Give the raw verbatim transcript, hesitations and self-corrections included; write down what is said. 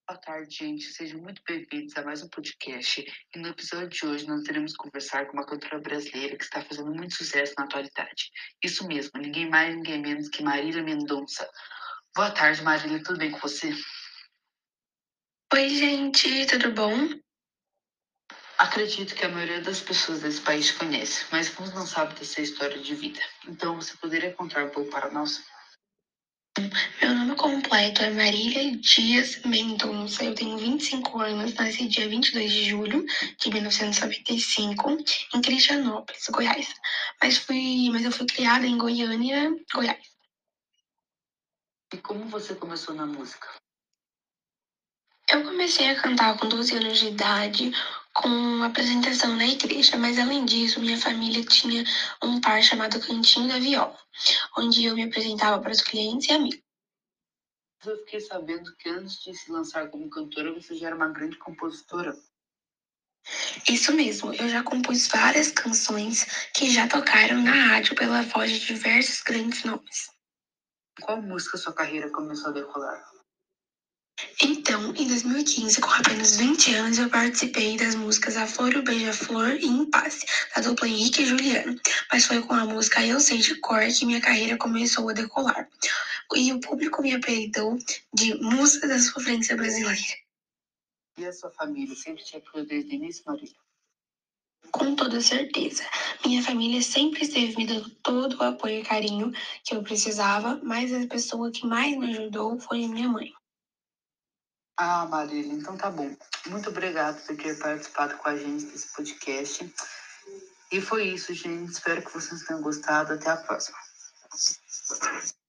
Boa tarde, gente. Sejam muito bem-vindos a mais um podcast. E no episódio de hoje nós iremos conversar com uma cantora brasileira que está fazendo muito sucesso na atualidade. Isso mesmo, ninguém mais, ninguém menos que Marília Mendonça. Boa tarde, Marília. Tudo bem com você? Oi, gente, tudo bom? Acredito que a maioria das pessoas desse país te conhece, mas alguns não sabem da sua história de vida. Então, você poderia contar um pouco para nós? Meu nome completo é Marília Dias Mendonça. Eu tenho vinte e cinco anos, nasci dia vinte e dois de julho de mil novecentos e noventa e cinco, em Cristianópolis, Goiás. Mas, fui, mas eu fui criada em Goiânia, Goiás. E como você começou na música? Eu comecei a cantar com doze anos de idade, com uma apresentação na igreja, mas além disso, minha família tinha um par chamado Cantinho da Viola, onde eu me apresentava para os clientes e amigos. Eu fiquei sabendo que antes de se lançar como cantora, você já era uma grande compositora. Isso mesmo, eu já compus várias canções que já tocaram na rádio pela voz de diversos grandes nomes. Qual música sua carreira começou a decolar? Então, em dois mil e quinze, com apenas vinte anos, eu participei das músicas A Flor e o Beija-Flor e Impasse, da dupla Henrique e Juliano. Mas foi com a música Eu Sei de Cor que minha carreira começou a decolar. E o público me apelidou de Musa da Sofrência Brasileira. E a sua família sempre te apoiou desde o início, Marília? Com toda certeza. Minha família sempre esteve me dando todo o apoio e carinho que eu precisava, mas a pessoa que mais me ajudou foi a minha mãe. Ah, Marília, então tá bom. Muito obrigado por ter participado com a gente desse podcast. E foi isso, gente. Espero que vocês tenham gostado. Até a próxima.